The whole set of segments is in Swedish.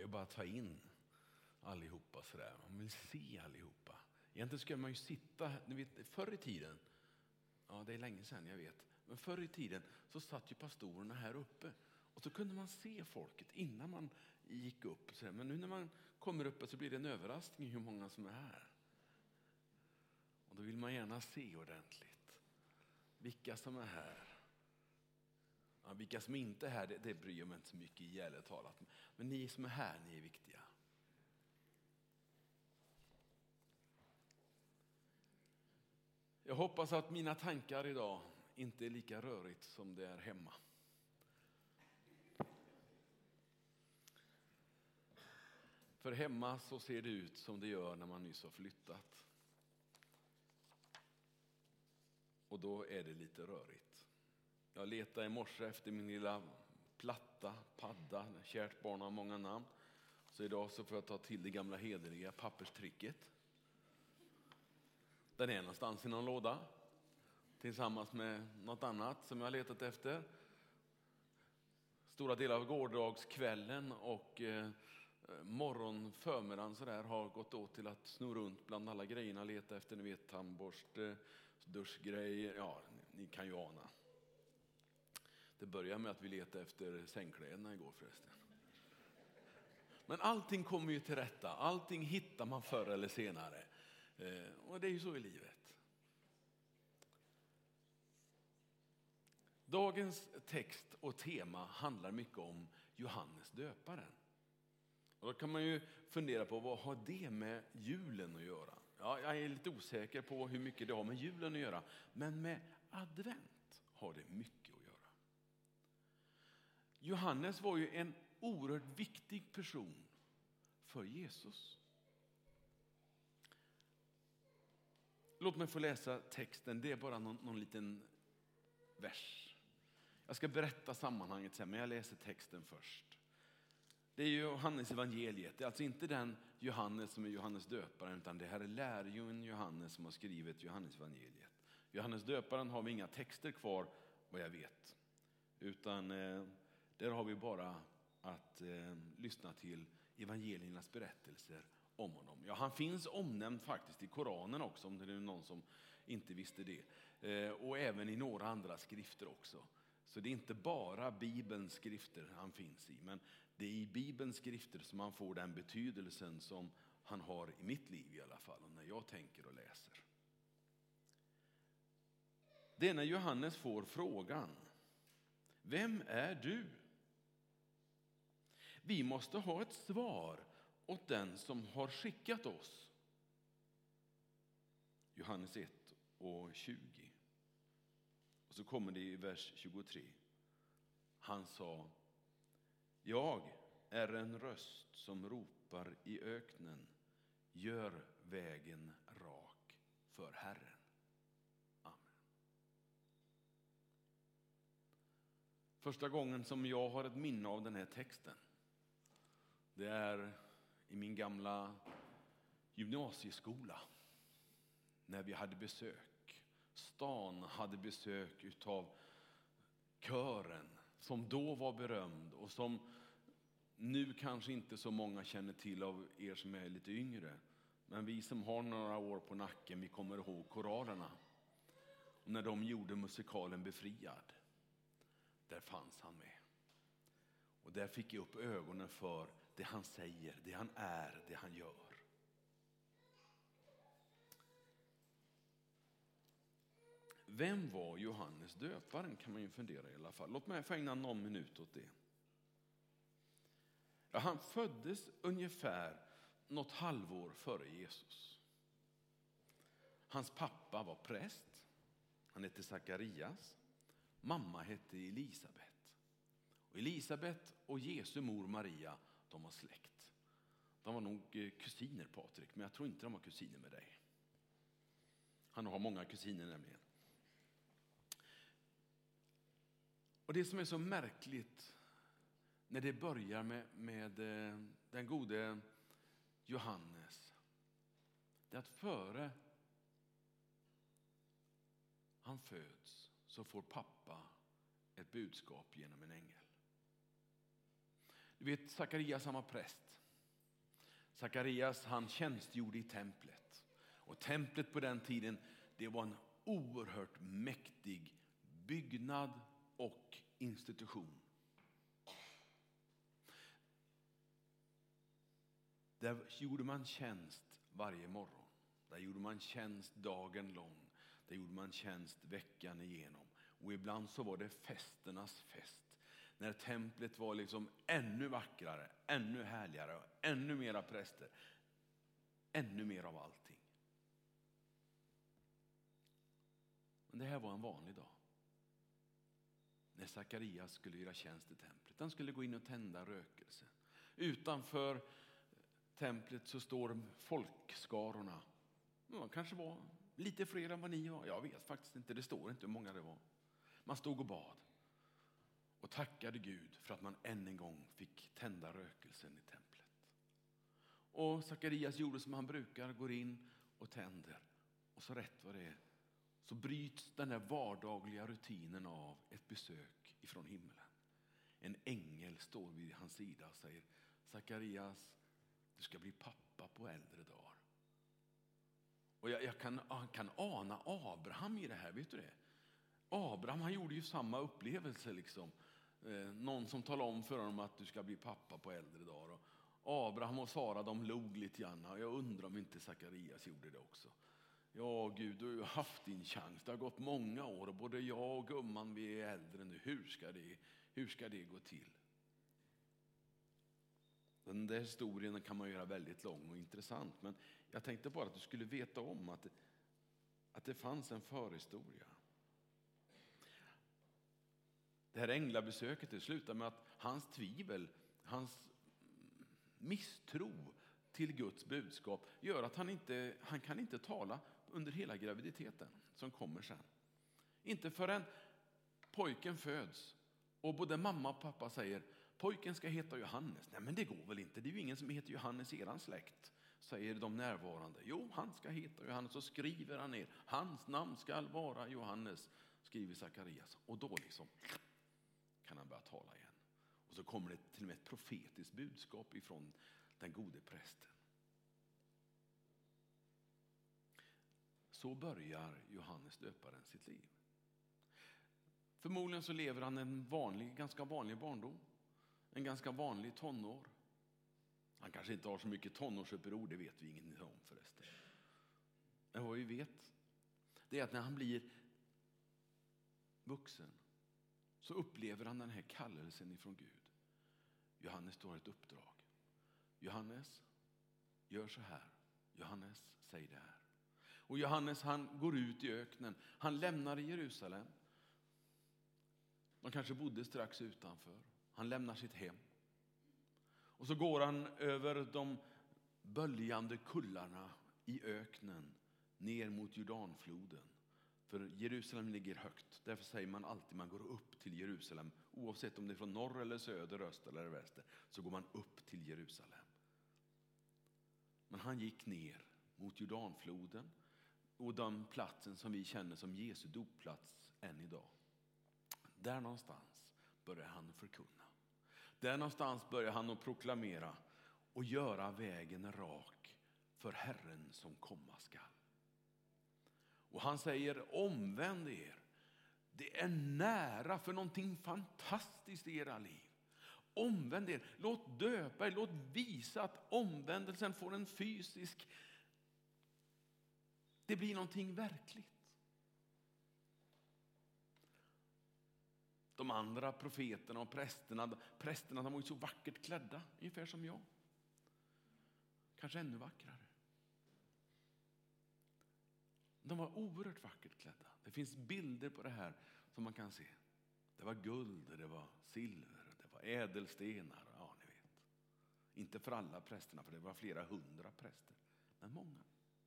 ju bara ta in allihopa sådär. Man vill se allihopa. Egentligen ska man ju sitta, ni vet, förr i tiden, ja det är länge sedan jag vet, men förr i tiden så satt ju pastorerna här uppe och så kunde man se folket innan man gick upp. Så men nu när man kommer uppe så blir det en överraskning hur många som är här. Och då vill man gärna se ordentligt vilka som är här. Ja, vilka som inte är här, det bryr jag mig inte så mycket i ärligt talat. Men ni som är här, ni är viktiga. Jag hoppas att mina tankar idag inte är lika rörigt som det är hemma. För hemma så ser det ut som det gör när man nyss har flyttat. Och då är det lite rörigt. Jag letade i morse efter min lilla platta, padda, kärt barn har många namn. Så idag så får jag ta till det gamla hederliga papperstricket. Den är någonstans i någon låda. Tillsammans med något annat som jag har letat efter. Stora delar av gårdagskvällen och förmiddagen så där har gått åt till att sno runt bland alla grejerna. Leta efter, ni vet, tandborste, duschgrejer. Ja, ni kan ju ana. Det börjar med att vi letade efter sängkläderna igår förresten. Men allting kommer ju till rätta. Allting hittar man förr eller senare. Och det är ju så i livet. Dagens text och tema handlar mycket om Johannes döparen. Och då kan man ju fundera på vad har det med julen att göra? Ja, jag är lite osäker på hur mycket det har med julen att göra. Men med advent har det mycket att göra. Johannes var ju en oerhört viktig person för Jesus. Låt mig få läsa texten. Det är bara någon liten vers. Jag ska berätta sammanhanget sen, men jag läser texten först. Det är Johannes evangeliet. Det är alltså inte den Johannes som är Johannes döparen, utan det här är lärjungen Johannes som har skrivit Johannes evangeliet. Johannes döparen har vi inga texter kvar, vad jag vet. Utan där har vi bara att lyssna till evangeliernas berättelser om honom. Ja, han finns omnämnd faktiskt i Koranen också, om det är någon som inte visste det. Och även i några andra skrifter också. Så det är inte bara Bibelns skrifter han finns i, men det är i Bibelns skrifter som han får den betydelsen som han har i mitt liv i alla fall, och när jag tänker och läser. Det är när Johannes får frågan: vem är du? Vi måste ha ett svar åt den som har skickat oss. Johannes 1 och 20. Och så kommer det i vers 23. Han sa: jag är en röst som ropar i öknen, gör vägen rak för Herren. Amen. Första gången som jag har ett minne av den här texten, det är i min gamla gymnasieskola. När vi hade besök. Stan hade besök utav kören som då var berömd och som nu kanske inte så många känner till av er som är lite yngre. Men vi som har några år på nacken, vi kommer ihåg koralerna. Och när de gjorde musikalen Befriad, där fanns han med. Och där fick jag upp ögonen för det han säger, det han är, det han gör. Vem var Johannes döparen, kan man ju fundera i alla fall. Låt mig få ägna någon minut åt det. Ja, han föddes ungefär något halvår före Jesus. Hans pappa var präst. Han hette Sakarias. Mamma hette Elisabet. Och Elisabet och Jesu mor Maria, de var släkt. De var nog kusiner, Patrik, men jag tror inte de var kusiner med dig. Han har många kusiner nämligen. Och det som är så märkligt när det börjar med den gode Johannes, det är att före han föds så får pappa ett budskap genom en ängel. Du vet, Sakarias, han var präst. Sakarias, han tjänstgjorde i templet. Och templet på den tiden, det var en oerhört mäktig byggnad och institution. Där gjorde man tjänst varje morgon. Där gjorde man tjänst dagen lång. Där gjorde man tjänst veckan igenom. Och ibland så var det festernas fest. När templet var liksom ännu vackrare, ännu härligare, ännu mera präster. Ännu mer av allting. Men det här var en vanlig dag. När Sakarias skulle göra tjänst i templet. Han skulle gå in och tända rökelse. Utanför templet så står folkskarorna. Det kanske var lite fler än vad ni var. Jag vet faktiskt inte, det står inte hur många det var. Man stod och bad. Och tackade Gud för att man än en gång fick tända rökelsen i templet. Och Sakarias gjorde som han brukar, går in och tänder. Och så rätt vad det är, så bryts den här vardagliga rutinen av ett besök ifrån himlen. En ängel står vid hans sida och säger: Sakarias, du ska bli pappa på äldre dagar. Och jag kan ana Abraham i det här, vet du det? Abraham, han gjorde ju samma upplevelse liksom. Någon som talade om för honom att du ska bli pappa på äldre dagar. Och Abraham och Sara, de log lite grann. Jag undrar om inte Sakarias gjorde det också. Ja Gud, du har haft din chans. Det har gått många år och både jag och gumman, vi är äldre nu. Hur ska det gå till? Den där historien kan man göra väldigt lång och intressant. Men jag tänkte bara att du skulle veta om att det fanns en förhistoria. Det här änglabesöket, det slutar med att hans tvivel, hans misstro till Guds budskap gör att han kan inte tala under hela graviditeten som kommer sen. Inte förrän pojken föds och både mamma och pappa säger: pojken ska heta Johannes. Nej, men det går väl inte, det är ju ingen som heter Johannes i eran släkt, säger de närvarande. Jo, han ska heta Johannes, och skriver han ner: hans namn ska vara Johannes, skriver Sakarias. Och då liksom kan han börja tala igen. Och så kommer det till och med ett profetiskt budskap ifrån den gode prästen. Så börjar Johannes döparen sitt liv. Förmodligen så lever han en ganska vanlig barndom. En ganska vanlig tonår. Han kanske inte har så mycket tonårsuppror, det vet vi ingenting om förresten. Men vad vi vet, det är att när han blir vuxen så upplever han den här kallelsen ifrån Gud. Johannes har ett uppdrag. Johannes, gör så här. Johannes, säg det här. Och Johannes, han går ut i öknen. Han lämnar Jerusalem. De kanske bodde strax utanför. Han lämnar sitt hem. Och så går han över de böljande kullarna i öknen ner mot Jordanfloden. För Jerusalem ligger högt. Därför säger man alltid man går upp till Jerusalem. Oavsett om det är från norr eller söder, öst eller väster, så går man upp till Jerusalem. Men han gick ner mot Jordanfloden och den platsen som vi känner som Jesu dopplats än idag. Där någonstans börjar han förkunna. Där någonstans börjar han att proklamera och göra vägen rak för Herren som komma skall. Och han säger: omvänd er. Det är nära för någonting fantastiskt i era liv. Omvänd er. Låt döpa er. Låt visa att omvändelsen får en fysisk. Det blir någonting verkligt. De andra profeterna och prästerna de var ju så vackert klädda. Ungefär som jag. Kanske ännu vackrare. De var oerhört vackert klädda. Det finns bilder på det här som man kan se. Det var guld, det var silver, det var ädelstenar. Ja, ni vet. Inte för alla prästerna, för det var flera hundra präster. Men många.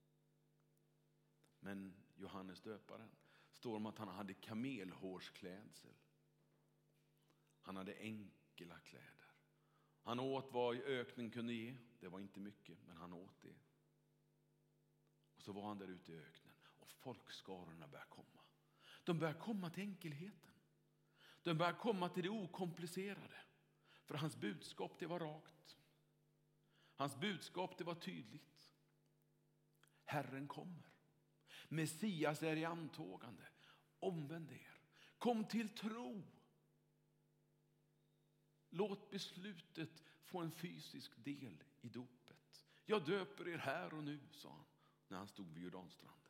Men Johannes döparen står om att han hade kamelhårsklädsel. Han hade enkla kläder. Han åt vad öknen kunde ge. Det var inte mycket, men han åt det. Och så var han där ute i öknen. Och folkskarorna började komma. De började komma till enkelheten. De började komma till det okomplicerade. För hans budskap, det var rakt. Hans budskap, det var tydligt. Herren kommer. Messias är i antågande. Omvänd er. Kom till tro. Låt beslutet få en fysisk del i dopet. Jag döper er här och nu, sa han när han stod vid Jordanstranden.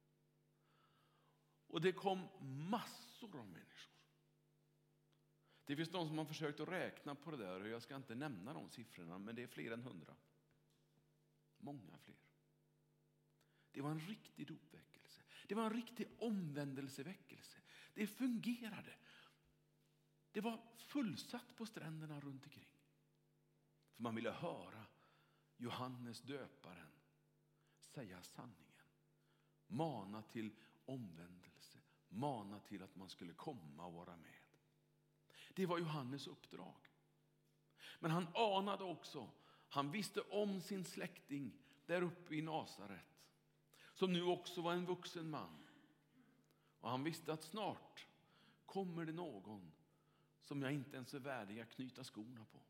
Och det kom massor av människor. Det finns de som har försökt att räkna på det där, och jag ska inte nämna de siffrorna, men det är fler än 100. Många fler. Det var en riktig dopväckelse. Det var en riktig omvändelseväckelse. Det fungerade. Det var fullsatt på stränderna runt omkring. För man ville höra Johannes döparen säga sanningen. Mana till omvändelse. Mana till att man skulle komma och vara med. Det var Johannes uppdrag. Men han anade också, han visste om sin släkting där uppe i Nasaret, som nu också var en vuxen man. Och han visste att snart kommer det någon som jag inte ens är värdig att knyta skorna på.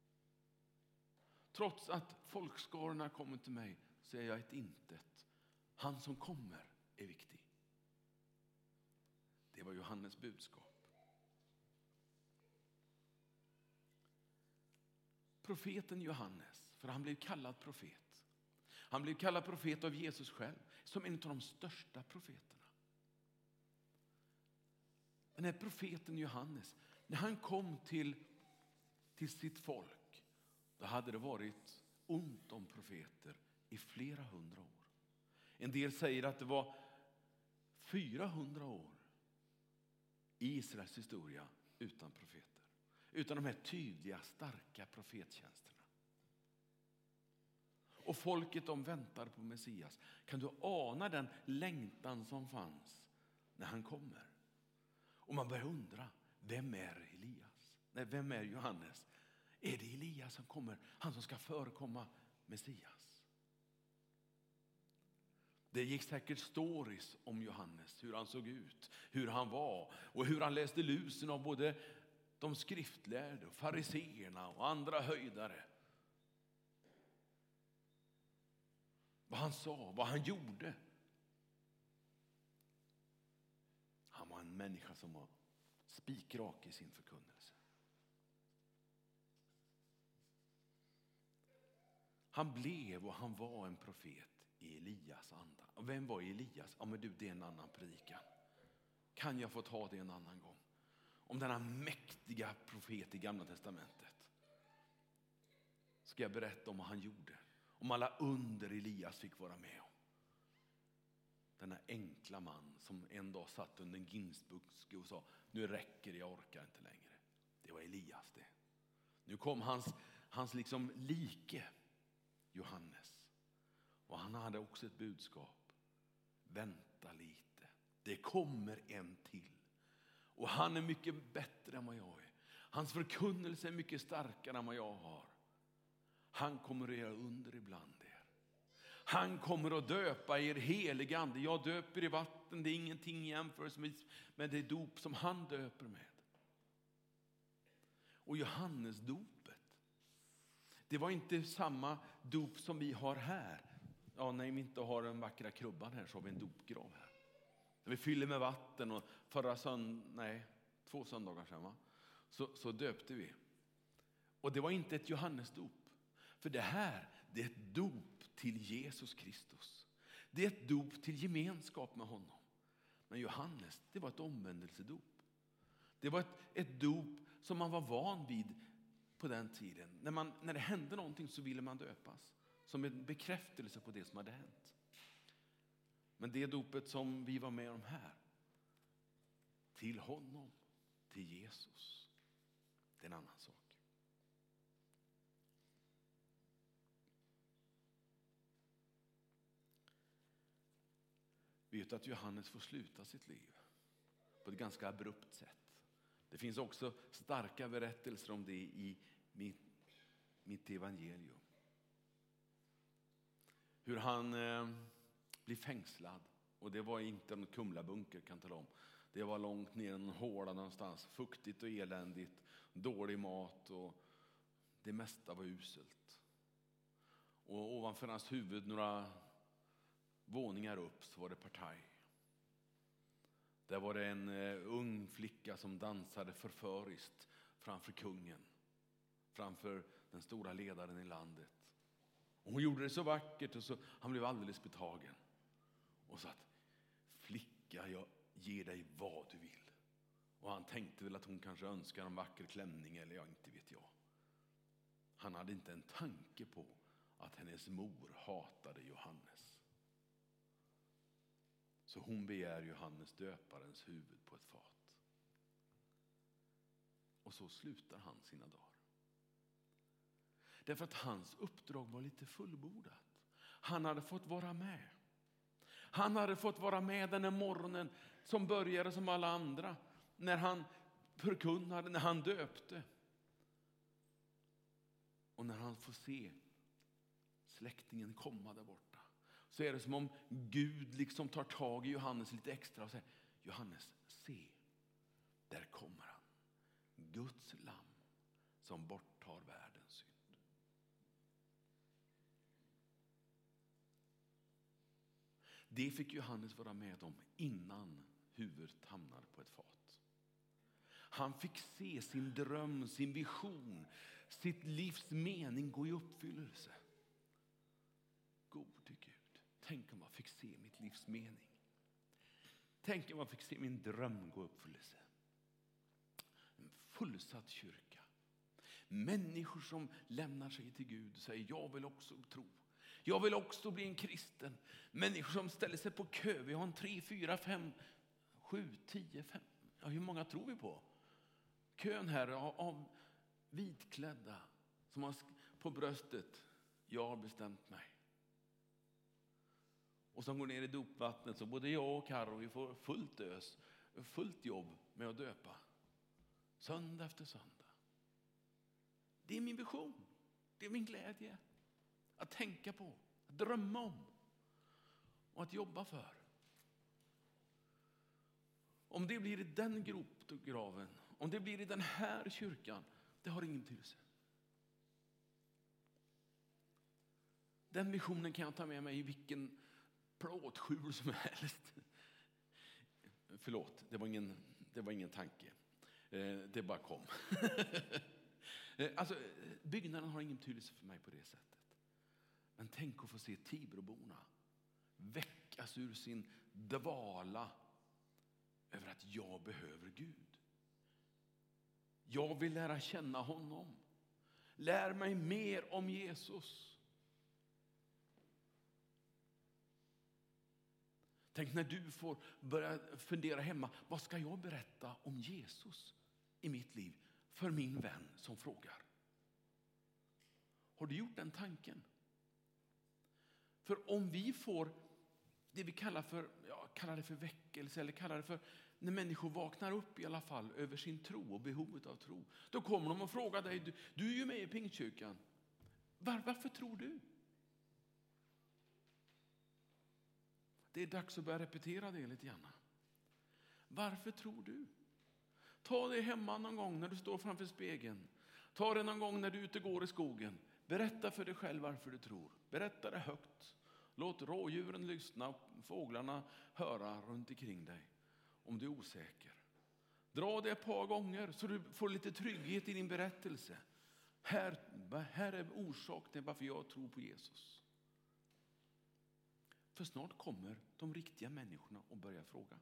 Trots att folkskarorna kommer till mig så är jag ett intet. Han som kommer är viktig. Det var Johannes budskap. Profeten Johannes, för han blev kallad profet. Han blev kallad profet av Jesus själv, som en av de största profeterna. Den här profeten Johannes, när han kom till sitt folk, då hade det varit ont om profeter i flera hundra år. En del säger att det var 400 år i Israels historia utan profeter. Utan de här tydliga, starka profettjänsterna. Och folket, de väntade på Messias. Kan du ana den längtan som fanns när han kommer? Och man börjar undra, vem är Elias? Nej, vem är Johannes? Är det Elias som kommer? Han som ska förekomma Messias. Det gick säkert stories om Johannes, hur han såg ut, hur han var och hur han läste lusen av både de skriftlärde, fariseerna och andra höjdare. Vad han sa, vad han gjorde. Han var en människa som var spikrak i sin förkunnelse. Han blev och han var en profet i Elias anda. Och vem var Elias? Ja, men du, det är en annan predikan. Kan jag få ta det en annan gång? Om denna mäktiga profet i Gamla testamentet. Ska jag berätta om vad han gjorde. Om alla under Elias fick vara med om. Denna enkla man som en dag satt under en ginsbuske och sa, nu räcker det, jag orkar inte längre. Det var Elias det. Nu kom hans liksom like, Johannes. Och han hade också ett budskap. Vänta lite. Det kommer en till. Och han är mycket bättre än vad jag är. Hans förkunnelse är mycket starkare än vad jag har. Han kommer att göra under ibland er. Han kommer att döpa er heliga ande. Jag döper i vatten, det är ingenting i jämförelse med det dop som han döper med. Och Johannes dopet, det var inte samma dop som vi har här. Ja, när vi inte har den vackra krubban här så har vi en dopgrav här. Vi fyller med vatten och 2 söndagar sedan så döpte vi. Och det var inte ett Johannesdop. För det här, det är ett dop till Jesus Kristus. Det är ett dop till gemenskap med honom. Men Johannes, det var ett omvändelsedop. Det var ett dop som man var van vid på den tiden. När det hände någonting så ville man döpas. Som en bekräftelse på det som hade hänt. Men det dopet som vi var med om här, till honom, till Jesus, det är en annan sak. Vi vet att Johannes får sluta sitt liv på ett ganska abrupt sätt. Det finns också starka berättelser om det i mitt evangelium. Hur han blir fängslad. Och det var inte en Kumlabunker, kan jag tala om. Det var långt ner i en håla någonstans. Fuktigt och eländigt. Dålig mat. Och det mesta var uselt. Och ovanför hans huvud några våningar upp så var det partaj. Där var det en ung flicka som dansade förföriskt framför kungen. Framför den stora ledaren i landet. Och hon gjorde det så vackert och så han blev alldeles betagen. Och sa att flicka, jag ger dig vad du vill. Och han tänkte väl att hon kanske önskar en vacker klänning eller jag inte vet jag. Han hade inte en tanke på att hennes mor hatade Johannes. Så hon begär Johannes döparens huvud på ett fat. Och så slutar han sina dagar. Därför att hans uppdrag var lite fullbordat. Han hade fått vara med. Han hade fått vara med den här morgonen som började som alla andra. När han förkunnade, när han döpte. Och när han får se släktingen komma där borta. Så är det som om Gud liksom tar tag i Johannes lite extra och säger: Johannes, se, där kommer han. Guds lamm som borttar världens synd. Det fick Johannes vara med om innan huvudet hamnade på ett fat. Han fick se sin dröm, sin vision, sitt livs mening gå i uppfyllelse. Gode Gud, tänk om jag fick se mitt livs mening. Tänk om jag fick se min dröm gå i uppfyllelse. En fullsatt kyrka. Människor som lämnar sig till Gud och säger: jag vill också tro. Jag vill också bli en kristen. Människor som ställer sig på kö. Vi har en 3, 4, 5, 7, 10, 5. Ja, hur många tror vi på? Kön här av vitklädda som har på bröstet: jag har bestämt mig. Och som går ner i dopvattnet, så både jag och Karo, vi får fullt ös, fullt jobb med att döpa. Söndag efter söndag. Det är min vision. Det är min glädje. Att tänka på, att drömma om och att jobba för. Om det blir i den graven, om det blir i den här kyrkan, det har ingen betydelse. Den visionen kan jag ta med mig i vilken plåtskjul som helst. Förlåt, det var ingen tanke. Det bara kom. Alltså, byggnaden har ingen betydelse för mig på det sättet. Men tänk att få se Tibroborna väckas ur sin dvala över att jag behöver Gud. Jag vill lära känna honom. Lär mig mer om Jesus. Tänk när du får börja fundera hemma: vad ska jag berätta om Jesus i mitt liv för min vän som frågar? Har du gjort den tanken? För om vi får det vi kallar för väckelse, eller kallar det för när människor vaknar upp i alla fall över sin tro och behovet av tro, då kommer de att fråga dig: du är ju med i Pingstkyrkan. Varför tror du? Det är dags att börja repetera det lite grann. Varför tror du? Ta det hemma någon gång när du står framför spegeln. Ta det någon gång när du är ute och går i skogen. Berätta för dig själv varför du tror. Berätta det högt. Låt rådjuren lyssna och fåglarna höra runt omkring dig om du är osäker. Dra det ett par gånger så du får lite trygghet i din berättelse. Här är orsaken varför jag tror på Jesus. För snart kommer de riktiga människorna och börjar fråga: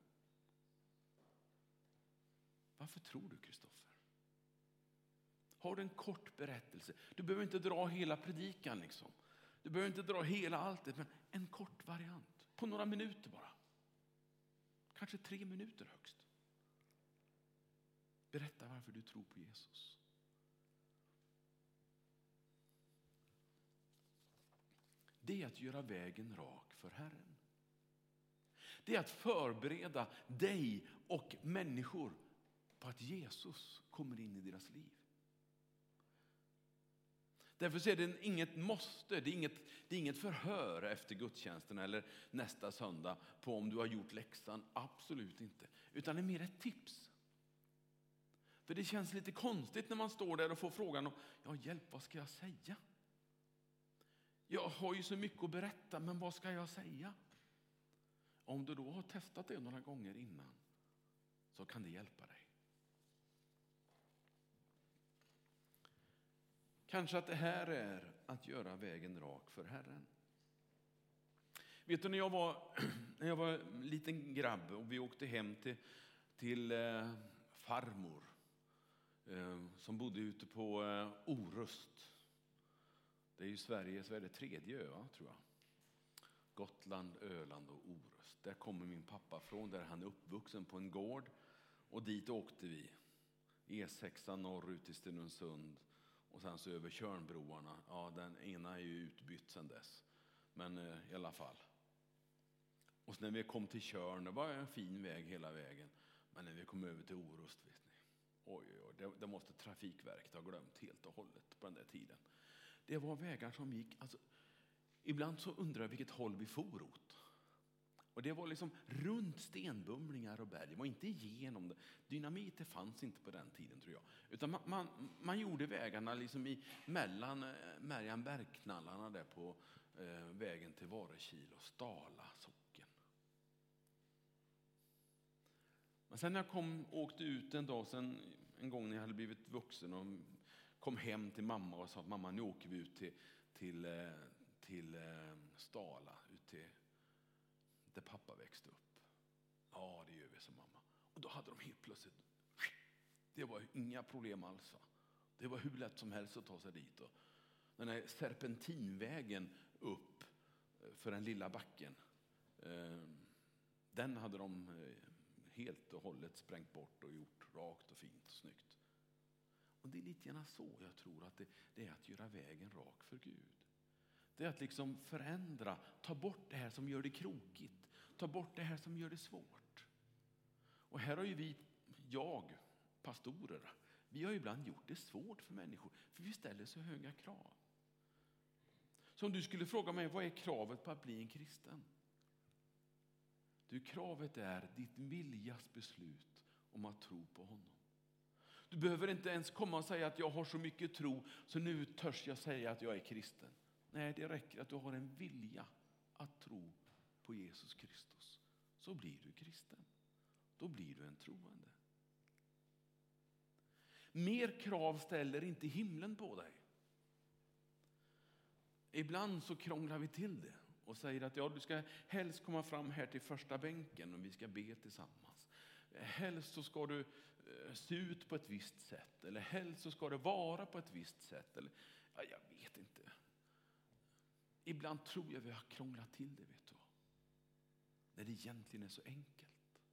varför tror du, Kristoffer? Har du en kort berättelse? Du behöver inte dra hela predikan liksom. Du behöver inte dra hela alltet, men en kort variant. På några minuter bara. Kanske 3 minuter högst. Berätta varför du tror på Jesus. Det är att göra vägen rak för Herren. Det är att förbereda dig och människor på att Jesus kommer in i deras liv. Därför är det inget måste, det är inget förhör efter gudstjänsten eller nästa söndag på om du har gjort läxan. Absolut inte. Utan det är mer ett tips. För det känns lite konstigt när man står där och får frågan om, ja hjälp, vad ska jag säga? Jag har ju så mycket att berätta, men vad ska jag säga? Om du då har testat det några gånger innan så kan det hjälpa dig. Kanske att det här är att göra vägen rak för Herren. Vet du, när jag var en liten grabb och vi åkte hem till farmor som bodde ute på Orust. Det är ju Sveriges tredje ö, tror jag. Gotland, Öland och Orust. Där kommer min pappa från, där han är uppvuxen på en gård. Och dit åkte vi. E6 norrut till Stenungsund. Och sen så över Tjörnbroarna. Ja, den ena är ju utbytt sedan dess. Men i alla fall. Och när vi kom till Tjörn, det var en fin väg hela vägen. Men när vi kom över till Orust, vet ni. Oj, det måste Trafikverket ha glömt helt och hållet på den där tiden. Det var vägar som gick, alltså, ibland så undrar jag vilket håll vi for åt. Och det var liksom runt stenbumlingar och berg. Det var inte igenom det. Dynamit det fanns inte på den tiden, tror jag. Utan man gjorde vägarna liksom mellan Märjanbergknallarna där på vägen till Varekil och Stala socken. Men sen när jag åkte ut en dag sen, en gång när jag hade blivit vuxen och kom hem till mamma och sa att mamma, nu åker vi ut till Stala, ut till där pappa växte upp. Ja, det gör vi, som mamma. Och då hade de helt plötsligt, det var inga problem alls. Va? Det var hur lätt som helst att ta sig dit. Och den här serpentinvägen upp för den lilla backen, den hade de helt och hållet sprängt bort och gjort rakt och fint och snyggt. Och det är lite grann så jag tror att det är att göra vägen rak för Gud. Det är att liksom förändra, ta bort det här som gör det krokigt. Ta bort det här som gör det svårt. Och här har ju pastorer, vi har ju ibland gjort det svårt för människor. För vi ställer så höga krav. Så om du skulle fråga mig, vad är kravet på att bli en kristen? Kravet är ditt viljas beslut om att tro på honom. Du behöver inte ens komma och säga att jag har så mycket tro så nu törs jag säga att jag är kristen. Nej, det räcker att du har en vilja att tro på Jesus Kristus. Så blir du kristen. Då blir du en troende. Mer krav ställer inte himlen på dig. Ibland så krånglar vi till det och säger att du ska helst komma fram här till första bänken och vi ska be tillsammans. Helst så ska du se ut på ett visst sätt, eller helst så ska det vara på ett visst sätt. Eller, jag vet inte. Ibland tror jag vi har krånglat till det, vet du. När det egentligen är så enkelt.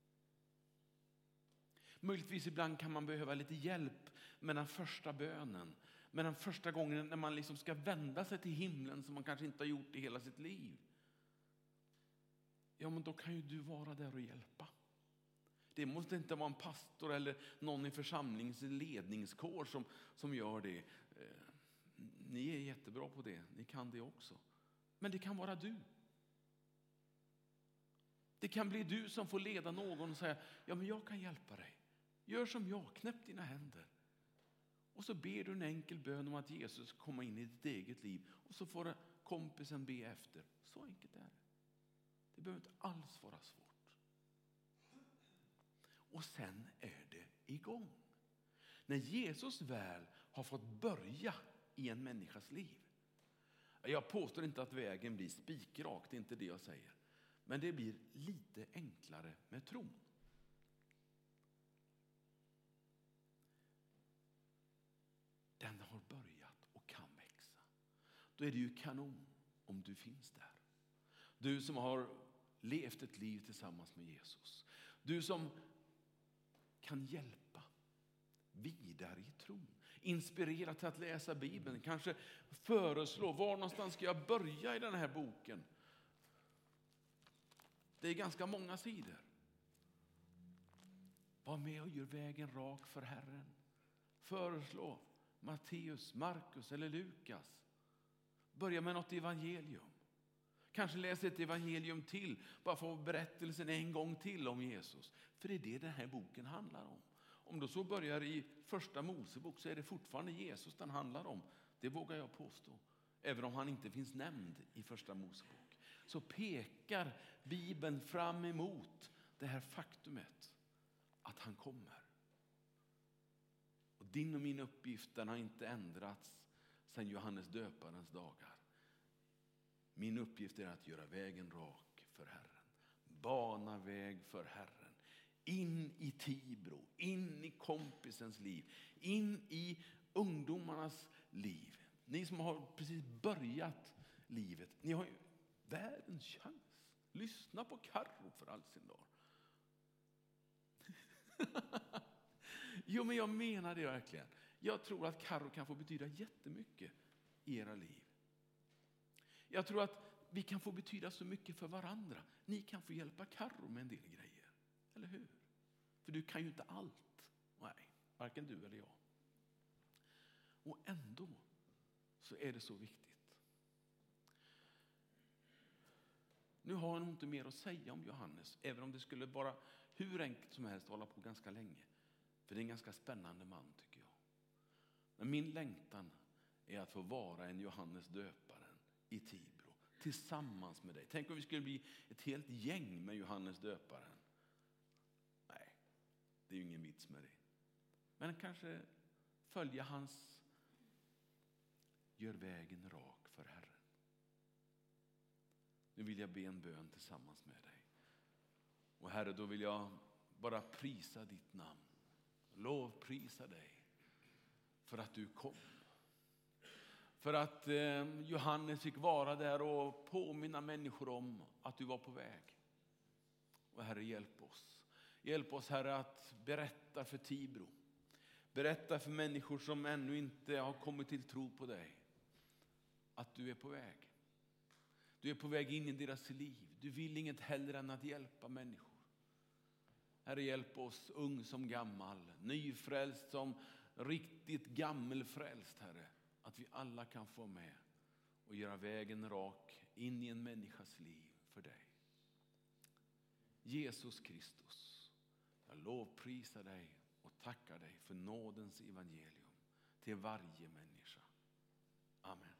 Möjligtvis ibland kan man behöva lite hjälp med den första bönen. Men den första gången när man liksom ska vända sig till himlen som man kanske inte har gjort i hela sitt liv. Ja, men då kan ju du vara där och hjälpa. Det måste inte vara en pastor eller någon i församlings ledningskår som gör det. Ni är jättebra på det, ni kan det också. Men det kan vara du. Det kan bli du som får leda någon och säga, ja men jag kan hjälpa dig. Gör som jag, knäpp dina händer. Och så ber du en enkel bön om att Jesus kommer in i ditt eget liv. Och så får kompisen be efter. Så enkelt är det. Det behöver inte alls vara svårt. Och sen är det igång. När Jesus väl har fått börja i en människas liv. Jag påstår inte att vägen blir spikrak, det är inte det jag säger. Men det blir lite enklare med tron. Den har börjat och kan växa. Då är det ju kanon om du finns där. Du som har levt ett liv tillsammans med Jesus. Du som kan hjälpa vidare i tron. Inspirera till att läsa Bibeln. Kanske föreslå, var någonstans ska jag börja i den här boken? Det är ganska många sidor. Var med och gör vägen rak för Herren. Föreslå Matteus, Markus eller Lukas. Börja med något evangelium. Kanske läs ett evangelium till. Bara få berättelsen en gång till om Jesus. För det är det den här boken handlar om. Om du så börjar i första Mosebok så är det fortfarande Jesus den handlar om. Det vågar jag påstå. Även om han inte finns nämnd i första Mosebok. Så pekar Bibeln fram emot det här faktumet att han kommer. Och din och min uppgift har inte ändrats sedan Johannes döparens dagar. Min uppgift är att göra vägen rak för Herren. Bana väg för Herren. In i Tibro, in i kompisens liv, in i ungdomarnas liv. Ni som har precis börjat livet, ni har ju världens chans. Lyssna på Karro för all sin dag. Jo, men jag menar det verkligen. Jag tror att Karro kan få betyda jättemycket i era liv. Jag tror att vi kan få betyda så mycket för varandra. Ni kan få hjälpa Karro med en del grejer. Eller hur? För du kan ju inte allt. Nej, varken du eller jag. Och ändå så är det så viktigt. Nu har jag nog inte mer att säga om Johannes. Även om det skulle vara hur enkelt som helst att hålla på ganska länge. För det är en ganska spännande man tycker jag. Men min längtan är att få vara en Johannes döparen i Tibro. Tillsammans med dig. Tänk om vi skulle bli ett helt gäng med Johannes döparen. Nej, det är ju ingen vits med det. Men kanske följa hans gör vägen rak för Herren. Nu vill jag be en bön tillsammans med dig. Och Herre, då vill jag bara prisa ditt namn. Lovprisa dig för att du kom. För att Johannes fick vara där och påminna människor om att du var på väg. Och Herre, hjälp oss. Hjälp oss, Herre, att berätta för Tibro. Berätta för människor som ännu inte har kommit till tro på dig. Att du är på väg. Du är på väg in i deras liv. Du vill inget hellre än att hjälpa människor. Herre, hjälp oss, ung som gammal, nyfrälst som riktigt gammelfrälst, Herre. Att vi alla kan få med och göra vägen rak in i en människas liv för dig. Jesus Kristus, jag lovprisar dig och tackar dig för nådens evangelium till varje människa. Amen.